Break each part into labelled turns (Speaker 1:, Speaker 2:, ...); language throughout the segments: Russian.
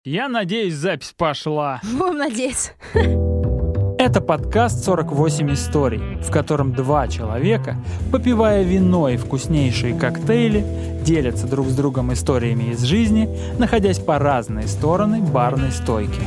Speaker 1: Я надеюсь, запись пошла.
Speaker 2: Будем надеяться.
Speaker 1: Это подкаст «48 историй», в котором два человека, попивая вино и вкуснейшие коктейли, делятся друг с другом историями из жизни, находясь по разные стороны барной стойки.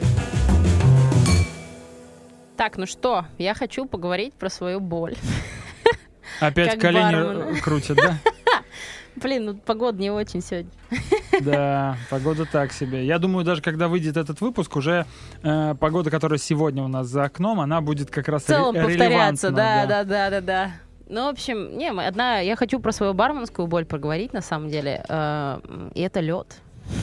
Speaker 2: Так, ну что, я хочу поговорить про свою боль.
Speaker 1: Опять
Speaker 2: Как
Speaker 1: колени
Speaker 2: бармен.
Speaker 1: крутят, да?
Speaker 2: Блин, ну погода не очень сегодня.
Speaker 1: Да, погода так себе. Я думаю, даже когда выйдет этот выпуск, уже погода, которая сегодня у нас за окном, она будет как раз
Speaker 2: В целом повторяться,
Speaker 1: релевантна,
Speaker 2: да. Ну, в общем, я хочу про свою барменскую боль поговорить, на самом деле. И это лед.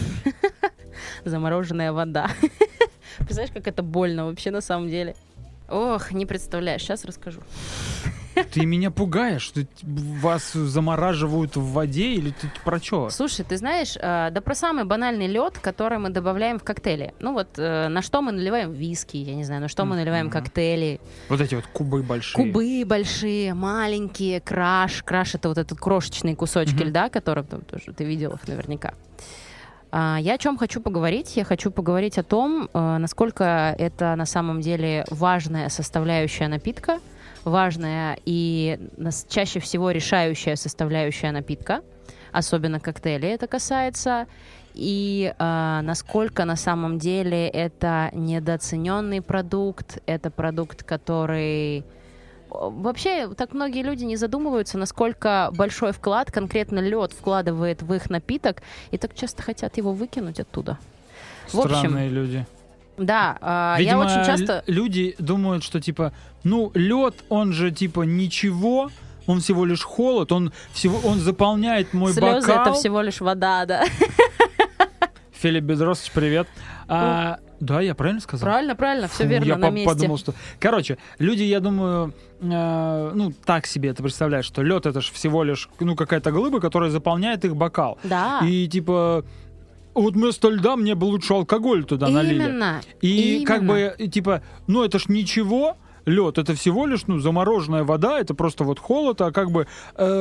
Speaker 2: Замороженная вода. Представляешь, как это больно вообще на самом деле? Ох, не представляешь, сейчас расскажу.
Speaker 1: Ты меня пугаешь, что вас замораживают в воде или ты про что?
Speaker 2: Слушай, ты знаешь, да про самый банальный лед, который мы добавляем в коктейли. Ну вот, на что мы наливаем виски, я не знаю, на что мы наливаем коктейли.
Speaker 1: Вот эти вот кубы большие.
Speaker 2: Кубы большие, маленькие, краш. Краш — это вот этот крошечные кусочки льда, которые там тоже ты видел их наверняка. Я о чем хочу поговорить? Я хочу поговорить о том, насколько это на самом деле важная составляющая напитка, важная и чаще всего решающая составляющая напитка, особенно коктейли это касается, и насколько на самом деле это недооцененный продукт, это продукт, который... Вообще, так многие люди не задумываются, насколько большой вклад конкретно лед вкладывает в их напиток, и так часто хотят его выкинуть оттуда.
Speaker 1: Странные люди.
Speaker 2: Да,
Speaker 1: Видимо,
Speaker 2: я очень часто...
Speaker 1: люди думают, что типа, лед, он же типа ничего, он всего лишь холод, он заполняет мой бокал.
Speaker 2: Слезы — это всего лишь вода, да.
Speaker 1: Филипп Бедросович, привет. Да, я правильно сказал?
Speaker 2: Правильно, все верно, на месте.
Speaker 1: Я подумал, что... Короче, люди, я думаю, так себе это представляют, что лед — это же всего лишь какая-то глыба, которая заполняет их бокал.
Speaker 2: Да.
Speaker 1: И типа... Вот вместо льда мне бы лучше алкоголь туда налили. И как бы, типа, это ж ничего, лед — это всего лишь, замороженная вода, это просто вот холод, а как бы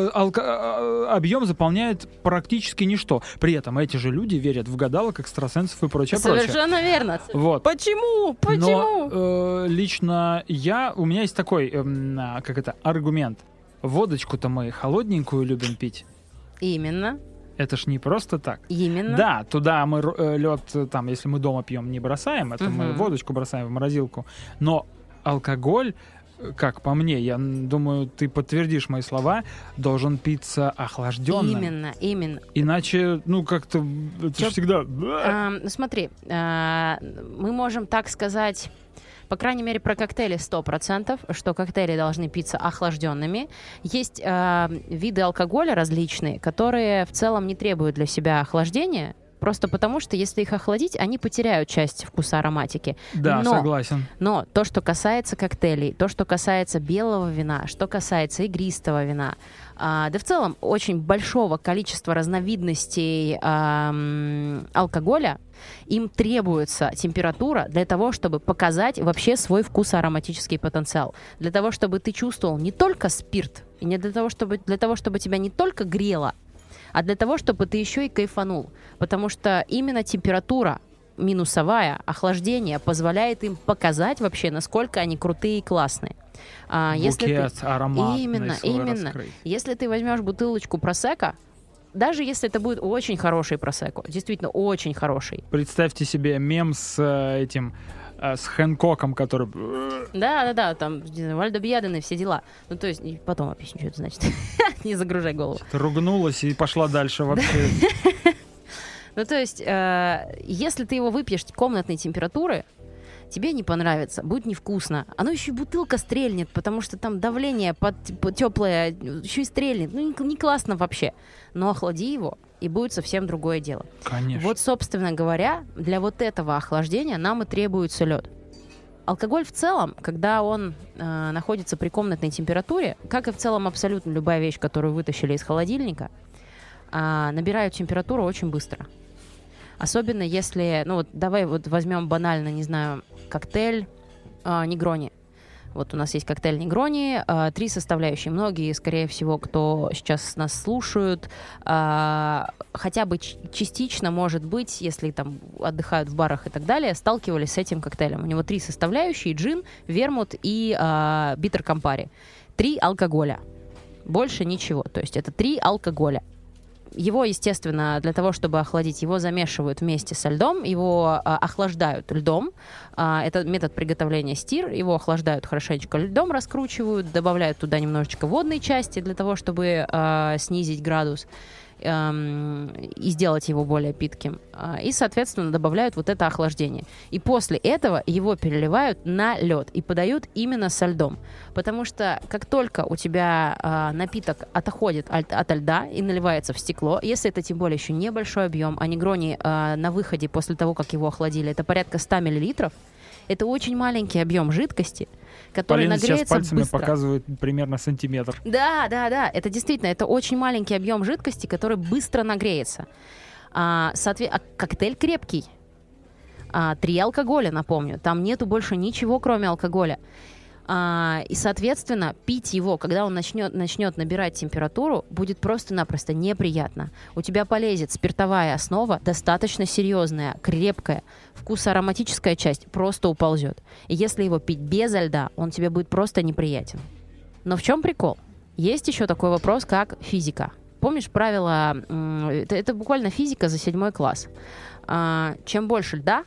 Speaker 1: объем заполняет практически ничто. При этом эти же люди верят в гадалок, экстрасенсов и прочее.
Speaker 2: Совершенно верно.
Speaker 1: Вот.
Speaker 2: Почему?
Speaker 1: Но лично у меня есть такой, аргумент. Водочку-то мы холодненькую любим пить.
Speaker 2: Именно.
Speaker 1: Это ж не просто так.
Speaker 2: Именно.
Speaker 1: Да, туда мы лед, там, если мы дома пьем, не бросаем, это мы водочку бросаем в морозилку. Но алкоголь, как по мне, я думаю, ты подтвердишь мои слова, должен питься охлажденным.
Speaker 2: Именно.
Speaker 1: Иначе, как-то, это же всегда...
Speaker 2: Смотри, мы можем так сказать... По крайней мере, про коктейли 100%, что коктейли должны питься охлажденными. Есть виды алкоголя различные, которые в целом не требуют для себя охлаждения, просто потому что, если их охладить, они потеряют часть вкуса ароматики.
Speaker 1: Да, согласен.
Speaker 2: Но то, что касается коктейлей, то, что касается белого вина, что касается игристого вина, да в целом очень большого количества разновидностей алкоголя, им требуется температура для того, чтобы показать вообще свой вкусоароматический потенциал. Для того, чтобы ты чувствовал не только спирт, и не для того, чтобы тебя не только грело, а для того, чтобы ты еще и кайфанул. Потому что именно температура минусовая, охлаждение позволяет им показать вообще, насколько они крутые и классные.
Speaker 1: Букет ароматный
Speaker 2: Именно.
Speaker 1: Раскрыть.
Speaker 2: Если ты возьмешь бутылочку просекко, даже если это будет очень хороший просекко, действительно очень хороший.
Speaker 1: Представьте себе мем с с Хэнкоком, который...
Speaker 2: Да, там Вальдо Бьяден и все дела. То есть, потом объясню, что это значит. Не загружай голову.
Speaker 1: Ругнулась и пошла дальше вообще.
Speaker 2: То есть, если ты его выпьешь комнатной температуры, тебе не понравится, будет невкусно. Оно еще и бутылка стрельнет, потому что там давление теплое еще и стрельнет. Не классно вообще. Но охлади его, и будет совсем другое дело.
Speaker 1: Конечно.
Speaker 2: Вот, собственно говоря, для вот этого охлаждения нам и требуется лед. Алкоголь в целом, когда он находится при комнатной температуре, как и в целом абсолютно любая вещь, которую вытащили из холодильника, набирают температуру очень быстро. Особенно если, давай возьмем банально, не знаю, коктейль Негрони. Вот у нас есть коктейль Негрони, 3 составляющие. Многие, скорее всего, кто сейчас нас слушают, хотя бы частично, может быть, если там отдыхают в барах и так далее, сталкивались с этим коктейлем. У него 3 составляющие: джин, вермут и биттер кампари. 3 алкоголя. Больше ничего. То есть это 3 алкоголя. Его, естественно, для того, чтобы охладить, его замешивают вместе со льдом, его охлаждают льдом. Это метод приготовления стир. Его охлаждают хорошенечко льдом, раскручивают, добавляют туда немножечко водной части для того, чтобы снизить градус и сделать его более питким. И, соответственно, добавляют вот это охлаждение. И после этого его переливают на лед и подают именно со льдом. Потому что как только у тебя напиток отходит от льда и наливается в стекло, если это тем более еще небольшой объем, а Негрони на выходе после того, как его охладили, это порядка 100 мл, это очень маленький объем жидкости, который
Speaker 1: Полина
Speaker 2: нагреется
Speaker 1: сейчас пальцами
Speaker 2: быстро.
Speaker 1: Показывает примерно сантиметр.
Speaker 2: Да. Это действительно, это очень маленький объем жидкости, который быстро нагреется. Коктейль крепкий. 3 алкоголя, напомню. Там нету больше ничего, кроме алкоголя. И, соответственно, пить его, когда он начнет набирать температуру, будет просто-напросто неприятно. У тебя полезет спиртовая основа, достаточно серьезная, крепкая. Вкусоароматическая часть просто уползет. И если его пить без льда, он тебе будет просто неприятен. Но в чем прикол? Есть еще такой вопрос, как физика. Помнишь правило, это буквально физика за 7 класс. Чем больше льда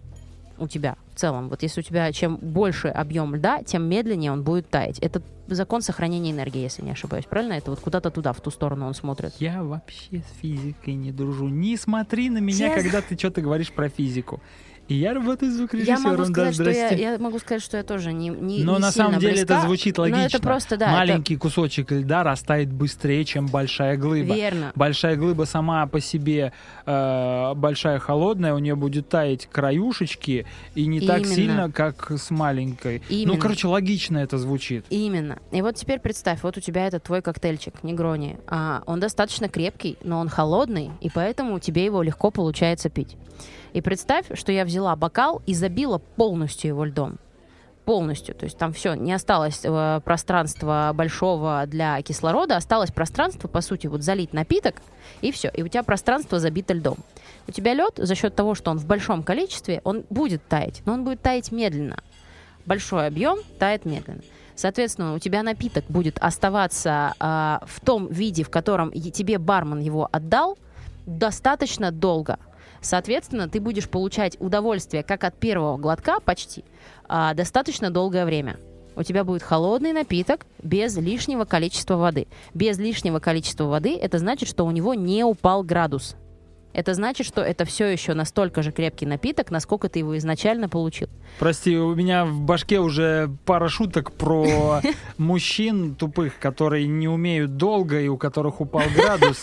Speaker 2: у тебя в целом, вот если у тебя чем больше объем льда, тем медленнее он будет таять. Это закон сохранения энергии, если не ошибаюсь. Правильно? Это вот куда-то туда, в ту сторону он смотрит.
Speaker 1: Я вообще с физикой не дружу. Не смотри на меня, когда ты что-то говоришь про физику. И я работаю звукорежиссером, да, здрасте.
Speaker 2: Я могу сказать, что я тоже не
Speaker 1: Но на самом деле
Speaker 2: близка,
Speaker 1: это звучит логично.
Speaker 2: Это просто, да,
Speaker 1: маленький кусочек льда растает быстрее, чем большая глыба.
Speaker 2: Верно.
Speaker 1: Большая глыба сама по себе большая холодная, у нее будет таять краюшечки, и не так сильно, как с маленькой. Ну, короче, логично это звучит.
Speaker 2: Именно. И вот теперь представь, вот у тебя этот твой коктейльчик Негрони. Он достаточно крепкий, но он холодный, и поэтому тебе его легко получается пить. И представь, что я взяла бокал и забила полностью его льдом. Полностью. То есть там все, не осталось пространства большого для кислорода, осталось пространство, по сути, вот залить напиток, и все. И у тебя пространство забито льдом. У тебя лед за счет того, что он в большом количестве, он будет таять, но он будет таять медленно. Большой объем тает медленно. Соответственно, у тебя напиток будет оставаться в том виде, в котором тебе бармен его отдал, достаточно долго. Соответственно, ты будешь получать удовольствие как от первого глотка почти достаточно долгое время. У тебя будет холодный напиток без лишнего количества воды. Без лишнего количества воды это значит, что у него не упал градус. Это значит, что это все еще настолько же крепкий напиток, насколько ты его изначально получил.
Speaker 1: Прости, у меня в башке уже пара шуток про мужчин тупых, которые не умеют долго и у которых упал градус.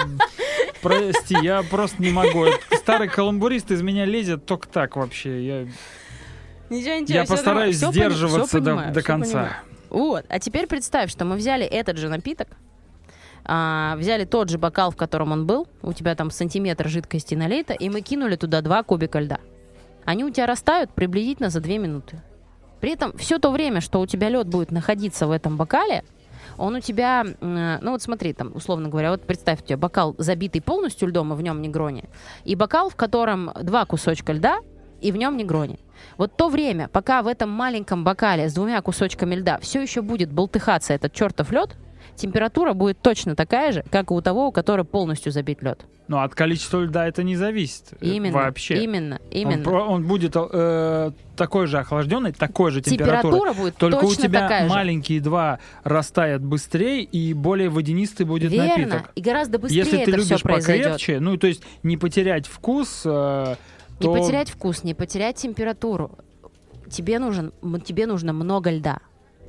Speaker 1: Прости, я просто не могу. Старый каламбурист из меня лезет только так вообще. Я постараюсь сдерживаться до конца.
Speaker 2: Вот. А теперь представь, что мы взяли этот же напиток, взяли тот же бокал, в котором он был, у тебя там сантиметр жидкости налито, и мы кинули туда 2 кубика льда. Они у тебя растают приблизительно за 2 минуты. При этом все то время, что у тебя лед будет находиться в этом бокале, он у тебя, ну вот смотри, там, условно говоря, вот представь, у тебя бокал забитый полностью льдом, и в нем Негрони, и бокал, в котором 2 кусочка льда, и в нем Негрони. Вот то время, пока в этом маленьком бокале с 2 кусочками льда все еще будет болтыхаться этот чертов лед, температура будет точно такая же, как и у того, у которого полностью забит лед.
Speaker 1: Но от количества льда это не зависит.
Speaker 2: Именно,
Speaker 1: вообще.
Speaker 2: Именно.
Speaker 1: Он будет такой же охлажденный, такой же температурой.
Speaker 2: Температура будет
Speaker 1: только
Speaker 2: точно
Speaker 1: у тебя
Speaker 2: такая
Speaker 1: маленькие 2 растают быстрее, и более водянистый будет напиток.
Speaker 2: Верно, и гораздо быстрее
Speaker 1: Если ты
Speaker 2: это все
Speaker 1: любишь
Speaker 2: произойдет.
Speaker 1: покрепче, ну, то есть не потерять вкус, то...
Speaker 2: Не потерять вкус, не потерять температуру. Тебе нужно много льда.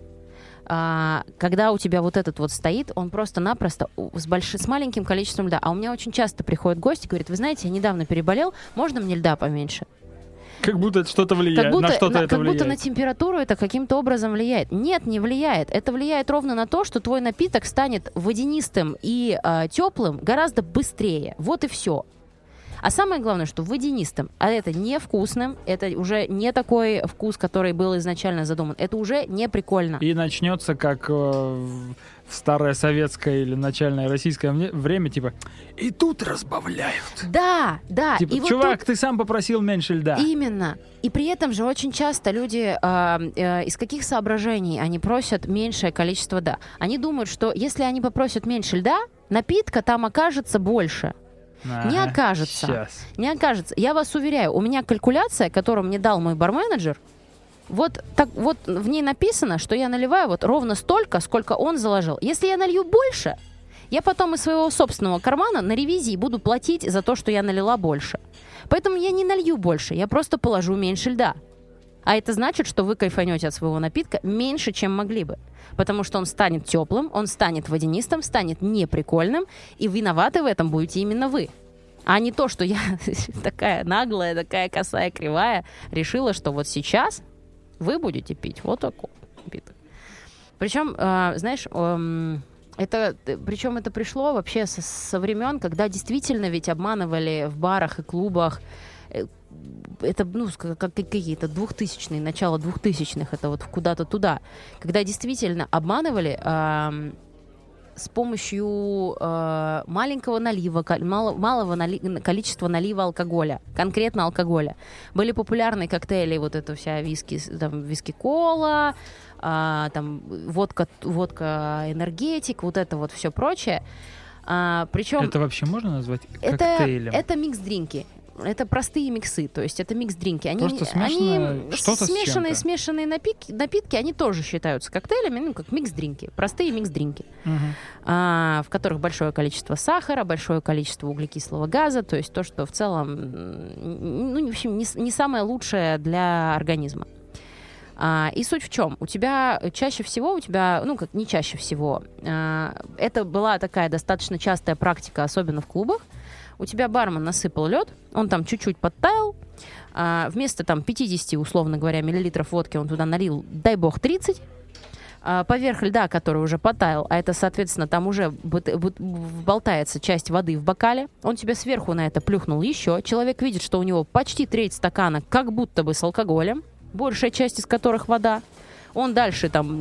Speaker 2: Когда у тебя вот этот вот стоит, он просто-напросто с маленьким количеством льда. А у меня очень часто приходят гости и говорят: вы знаете, я недавно переболел, можно мне льда поменьше?
Speaker 1: Как будто это что-то влияет, на что-то это влияет.
Speaker 2: Как будто на температуру это каким-то образом влияет. Нет, не влияет. Это влияет ровно на то, что твой напиток станет водянистым и теплым гораздо быстрее. Вот и все. А самое главное, что водянистым. А это невкусным, это уже не такой вкус, который был изначально задуман. Это уже не прикольно.
Speaker 1: И начнется как в старое советское или начальное российское время, типа, и тут разбавляют.
Speaker 2: Да.
Speaker 1: Типа,
Speaker 2: и
Speaker 1: чувак,
Speaker 2: вот тут...
Speaker 1: ты сам попросил меньше льда.
Speaker 2: Именно. И при этом же очень часто люди из каких соображений они просят меньшее количество льда? Они думают, что если они попросят меньше льда, напитка там окажется больше. Не окажется. Не окажется. Я вас уверяю, у меня калькуляция, которую мне дал мой барменеджер, вот в ней написано, что я наливаю вот ровно столько, сколько он заложил. Если я налью больше, я потом из своего собственного кармана на ревизии буду платить за то, что я налила больше. Поэтому я не налью больше, я просто положу меньше льда. А это значит, что вы кайфанете от своего напитка меньше, чем могли бы. Потому что он станет теплым, он станет водянистым, станет неприкольным, и виноваты в этом будете именно вы. А не то, что я такая наглая, такая косая, кривая, решила, что вот сейчас вы будете пить вот такой напиток. Причем, знаешь, это пришло вообще со времен, когда действительно ведь обманывали в барах и клубах. Это, как какие-то 2000-е, начало 2000-х, это вот куда-то туда. Когда действительно обманывали с помощью маленького налива, малого количества налива алкоголя, конкретно алкоголя. Были популярные коктейли, вот эта вся виски-кола, там водка энергетик, вот это вот все прочее. Причем
Speaker 1: это вообще можно назвать коктейлем?
Speaker 2: Это микс-дринки. Это простые миксы, то есть это микс-дринки.
Speaker 1: Просто
Speaker 2: смешанные напитки, они тоже считаются коктейлями, как микс-дринки, простые микс-дринки, в которых большое количество сахара, большое количество углекислого газа, то есть то, что в целом, в общем, не самое лучшее для организма. И суть в чем? У тебя чаще всего, не чаще всего, это была такая достаточно частая практика, особенно в клубах. У тебя бармен насыпал лед, он там чуть-чуть подтаял, вместо там 50, условно говоря, миллилитров водки он туда налил, дай бог, 30, поверх льда, который уже потаял, а это, соответственно, там уже болтается часть воды в бокале, он тебе сверху на это плюхнул еще, человек видит, что у него почти треть стакана как будто бы с алкоголем, большая часть из которых вода. Он дальше там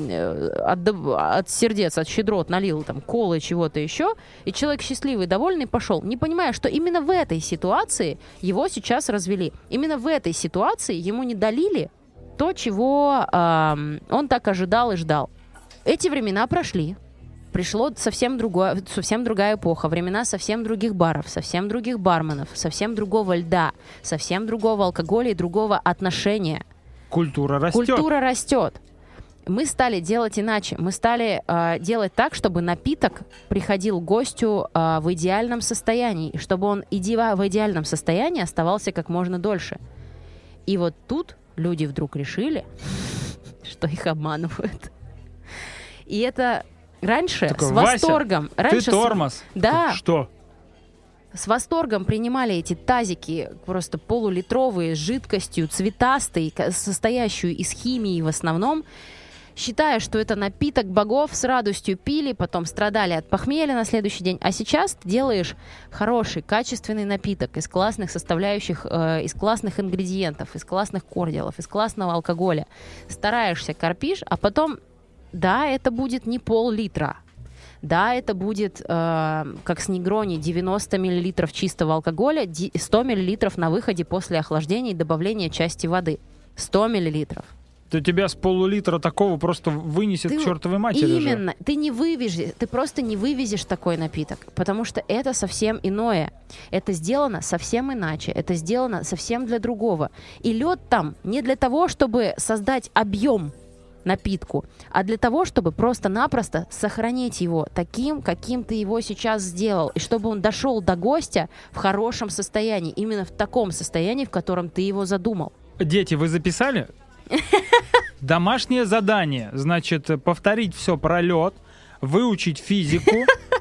Speaker 2: от сердец, от щедрот налил там колы, чего-то еще, и человек счастливый, довольный пошел, не понимая, что именно в этой ситуации его сейчас развели. Именно в этой ситуации ему не долили то, чего он так ожидал и ждал. Эти времена прошли. Пришло совсем другая эпоха, времена совсем других баров, совсем других барменов, совсем другого льда, совсем другого алкоголя и другого отношения.
Speaker 1: Культура растет.
Speaker 2: Мы стали делать иначе. Мы стали делать так, чтобы напиток приходил к гостю в идеальном состоянии, и чтобы он, идя в идеальном состоянии, оставался как можно дольше. И вот тут люди вдруг решили, что их обманывают. И это раньше
Speaker 1: такой,
Speaker 2: с восторгом...
Speaker 1: Вася, ты тормоз.
Speaker 2: Да.
Speaker 1: Что?
Speaker 2: С восторгом принимали эти тазики, просто полулитровые, с жидкостью, цветастой, состоящую из химии в основном, считая, что это напиток богов, с радостью пили, потом страдали от похмелья на следующий день. А сейчас ты делаешь хороший, качественный напиток из классных составляющих, из классных ингредиентов, из классных кордилов, из классного алкоголя. Стараешься, корпишь, а потом, да, это будет не пол-литра. Да, это будет, как с Негрони, 90 мл чистого алкоголя, 100 мл на выходе после охлаждения и добавления части воды. 100 мл.
Speaker 1: То тебя с полулитра такого просто вынесет к чертовой матери.
Speaker 2: Именно. Ты просто не вывезешь такой напиток, потому что это совсем иное. Это сделано совсем иначе. Это сделано совсем для другого. И лед там не для того, чтобы создать объем напитку, а для того, чтобы просто-напросто сохранить его таким, каким ты его сейчас сделал, и чтобы он дошел до гостя в хорошем состоянии, именно в таком состоянии, в котором ты его задумал.
Speaker 1: Дети, вы записали? Домашнее задание, значит, повторить все про лед, выучить физику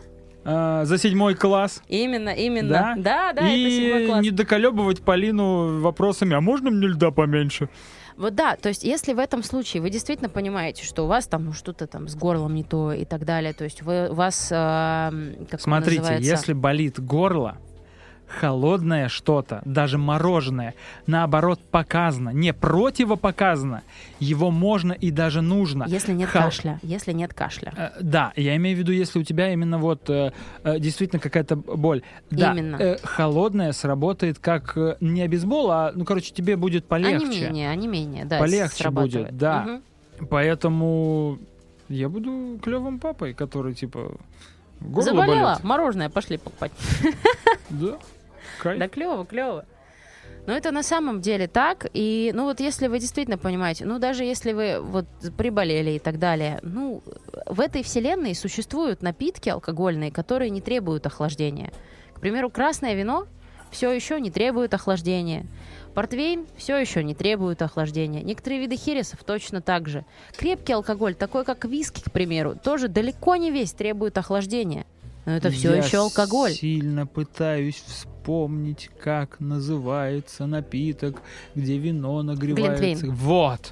Speaker 1: за 7 класс.
Speaker 2: Именно.
Speaker 1: Да,
Speaker 2: и это 7 класс.
Speaker 1: Не доколебывать Полину вопросами, а можно мне льда поменьше?
Speaker 2: Вот да, то есть если в этом случае вы действительно понимаете, что у вас там что-то там с горлом не то и так далее, то есть у вас, как
Speaker 1: смотрите,
Speaker 2: называется...
Speaker 1: если болит горло, холодное что-то, даже мороженое, наоборот, показано, не противопоказано. Его можно и даже нужно.
Speaker 2: Если нет кашля. Если нет кашля.
Speaker 1: Да, я имею в виду, если у тебя именно вот действительно какая-то боль. Да,
Speaker 2: именно.
Speaker 1: Холодное сработает как не обезбол, а, ну, короче, тебе будет полегче.
Speaker 2: Онемение, да.
Speaker 1: Полегче будет, да. Угу. Поэтому я буду клевым папой, который, типа, горло
Speaker 2: заболела?
Speaker 1: болит.
Speaker 2: Мороженое пошли покупать.
Speaker 1: Да. Кайф.
Speaker 2: Да, клево. Но это на самом деле так. И, ну, вот если вы действительно понимаете, ну, даже если вы вот приболели и так далее, ну, в этой вселенной существуют напитки алкогольные, которые не требуют охлаждения. К примеру, красное вино все еще не требует охлаждения. Портвейн все еще не требует охлаждения. Некоторые виды хересов точно так же. Крепкий алкоголь, такой как виски, к примеру, тоже далеко не весь требует охлаждения. Но это все еще алкоголь.
Speaker 1: Я сильно пытаюсь вспомнить, как называется напиток, где вино нагревается.
Speaker 2: Глинтвейн.
Speaker 1: Вот.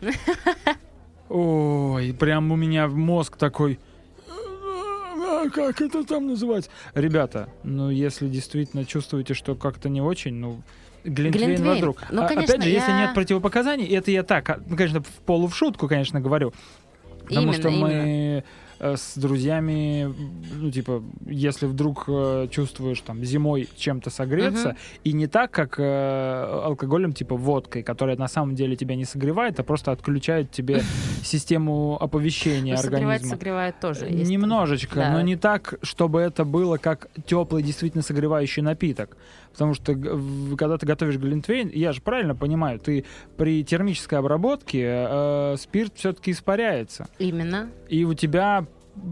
Speaker 1: Ой, прям у меня мозг такой... Как это там называется? Ребята, ну если действительно чувствуете, что как-то не очень, ну... Глинтвейн вокруг.
Speaker 2: Ну, конечно,
Speaker 1: опять же, если нет противопоказаний, это я так, ну, конечно, в шутку, конечно, говорю. Потому что мы с друзьями, ну, типа, если вдруг чувствуешь там зимой чем-то согреться, и не так, как алкоголем, типа водкой, которая на самом деле тебя не согревает, а просто отключает тебе систему оповещения организма.
Speaker 2: Согревает тоже.
Speaker 1: Немножечко, да. Но не так, чтобы это было как теплый, действительно согревающий напиток. Потому что когда ты готовишь глинтвейн, я же правильно понимаю, ты при термической обработке спирт все-таки испаряется.
Speaker 2: Именно.
Speaker 1: И у тебя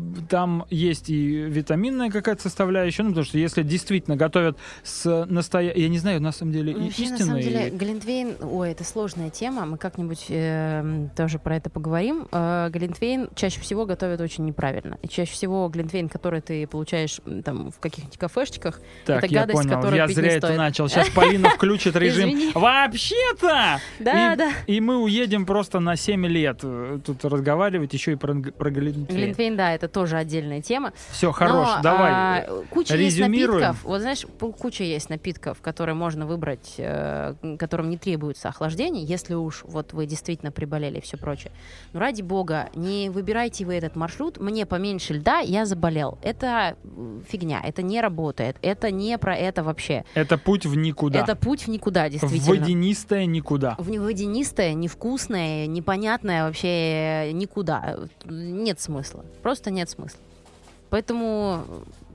Speaker 1: там есть и витаминная какая-то составляющая, ну, потому что если действительно готовят с настоящим... Я не знаю, на самом деле,
Speaker 2: вообще,
Speaker 1: истинный...
Speaker 2: на самом деле, глинтвейн... Ой, это сложная тема, мы как-нибудь тоже про это поговорим. Глинтвейн чаще всего готовят очень неправильно. И чаще всего глинтвейн, который ты получаешь там в каких-нибудь кафешечках,
Speaker 1: так,
Speaker 2: это гадость, которую
Speaker 1: я
Speaker 2: пить
Speaker 1: зря
Speaker 2: не
Speaker 1: это
Speaker 2: стоит.
Speaker 1: начал. Сейчас Полина включит режим. Вообще-то!
Speaker 2: Да.
Speaker 1: И мы уедем просто на 7 лет тут разговаривать еще и про глинтвейн.
Speaker 2: Глинтвейн, да, это тоже отдельная тема.
Speaker 1: Все, хорош, давай
Speaker 2: куча
Speaker 1: резюмируем.
Speaker 2: Есть напитков, вот знаешь, куча есть напитков, которые можно выбрать, которым не требуется охлаждение, если уж вот вы действительно приболели и все прочее. Но ради бога, не выбирайте вы этот маршрут, мне поменьше льда, я заболел. Это фигня, это не работает, это не про это вообще.
Speaker 1: Это путь в никуда.
Speaker 2: Это путь в никуда, действительно.
Speaker 1: В водянистое никуда.
Speaker 2: В водянистое, невкусное, непонятное вообще никуда. Нет смысла. Просто нет смысла. Поэтому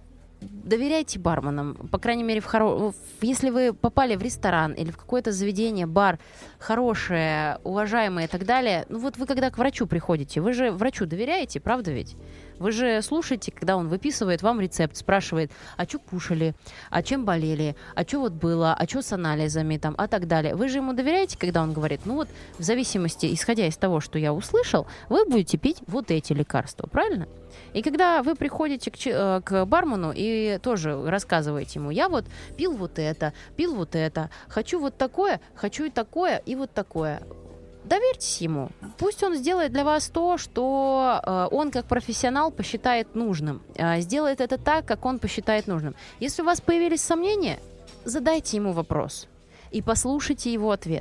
Speaker 2: доверяйте барменам. По крайней мере, если вы попали в ресторан или в какое-то заведение, бар, хорошее, уважаемое и так далее, ну вот вы когда к врачу приходите, вы же врачу доверяете, правда ведь? Вы же слушаете, когда он выписывает вам рецепт, спрашивает, а что кушали, а чем болели, а что вот было, а что с анализами, там, а так далее. Вы же ему доверяете, когда он говорит, ну вот в зависимости, исходя из того, что я услышал, вы будете пить вот эти лекарства, правильно? И когда вы приходите к бармену и тоже рассказываете ему, я вот пил вот это, хочу вот такое, хочу и вот такое. Доверьтесь ему. Пусть он сделает для вас то, что он как профессионал посчитает нужным. Сделает это так, как он посчитает нужным. Если у вас появились сомнения, задайте ему вопрос и послушайте его ответ.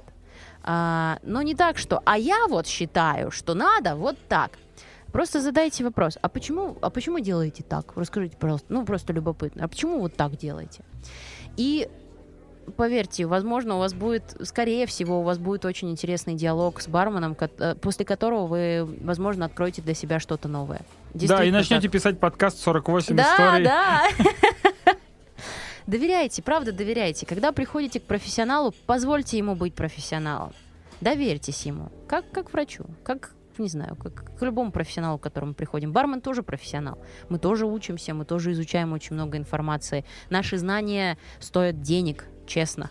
Speaker 2: Но не так, что «а я вот считаю, что надо вот так». Просто задайте вопрос, а почему делаете так? Расскажите, пожалуйста. Ну, просто любопытно. А почему вот так делаете? И поверьте, возможно, скорее всего, у вас будет очень интересный диалог с барменом, после которого вы, возможно, откроете для себя что-то новое.
Speaker 1: Да, и начнете писать подкаст 48 историй.
Speaker 2: Да. Доверяйте, правда доверяйте. Когда приходите к профессионалу, позвольте ему быть профессионалом. Доверьтесь ему, как врачу, как к любому профессионалу, к которому мы приходим. Бармен тоже профессионал. Мы тоже учимся, мы тоже изучаем очень много информации. Наши знания стоят денег, честно.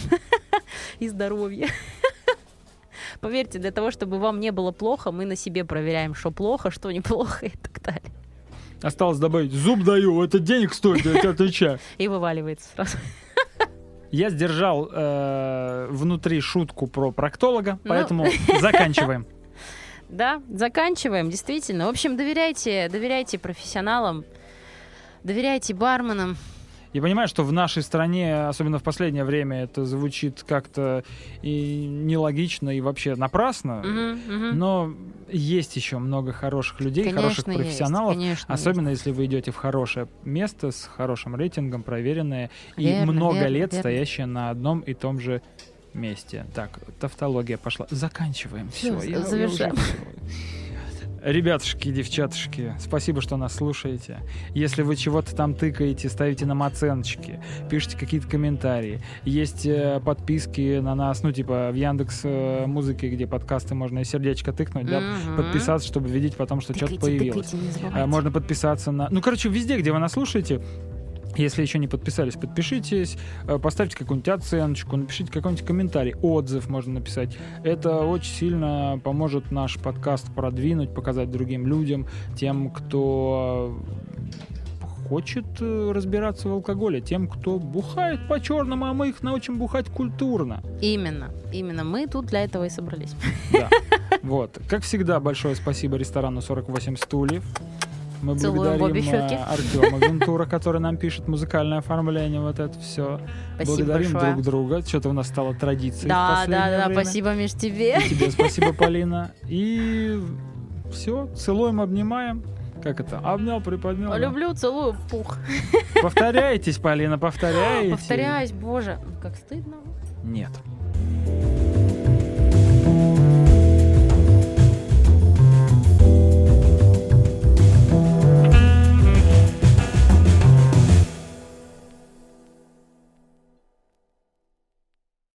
Speaker 2: И здоровья. Поверьте, для того, чтобы вам не было плохо, мы на себе проверяем, что плохо, что неплохо и так далее.
Speaker 1: Осталось добавить, зуб даю, это денег стоит, я тебе отвечаю.
Speaker 2: И вываливается сразу.
Speaker 1: Я сдержал внутри шутку про проктолога, поэтому заканчиваем.
Speaker 2: Да, заканчиваем, действительно. В общем, доверяйте профессионалам, доверяйте барменам.
Speaker 1: Я понимаю, что в нашей стране, особенно в последнее время, это звучит как-то и нелогично, и вообще напрасно, но есть еще много хороших людей, конечно, хороших профессионалов, особенно если вы идете в хорошее место с хорошим рейтингом, проверенное, и много лет стоящее на одном и том же месте. Так, тавтология пошла. Заканчиваем. Все,
Speaker 2: завершаем.
Speaker 1: Ребятушки, девчатушки, спасибо, что нас слушаете. Если вы чего-то там тыкаете, ставите нам оценочки, пишите какие-то комментарии. Есть подписки на нас, ну, типа в Яндекс.Музыке, где подкасты можно и сердечко тыкнуть, да, подписаться, чтобы видеть потом, что что-то появилось. Можно подписаться на... Ну, короче, везде, где вы нас слушаете, если еще не подписались, подпишитесь, поставьте какую-нибудь оценочку, напишите какой-нибудь комментарий, отзыв можно написать. Это очень сильно поможет наш подкаст продвинуть, показать другим людям, тем, кто хочет разбираться в алкоголе, тем, кто бухает по-черному, а мы их научим бухать культурно.
Speaker 2: Именно мы тут для этого и собрались.
Speaker 1: Да, вот. Как всегда, большое спасибо ресторану 48 стульев. Мы благодарим Артема Вентура, который нам пишет музыкальное оформление, вот это все.
Speaker 2: Спасибо
Speaker 1: благодарим
Speaker 2: большое.
Speaker 1: Друг друга. Что-то у нас стало традицией в последнее время.
Speaker 2: Спасибо, Миш, тебе.
Speaker 1: И тебе спасибо, Полина. И все, целуем, обнимаем. Как это? Обнял, приподнял.
Speaker 2: Люблю, целую, пух.
Speaker 1: Повторяйтесь, Полина, повторяйтесь.
Speaker 2: Повторяюсь, боже, как стыдно.
Speaker 1: Нет.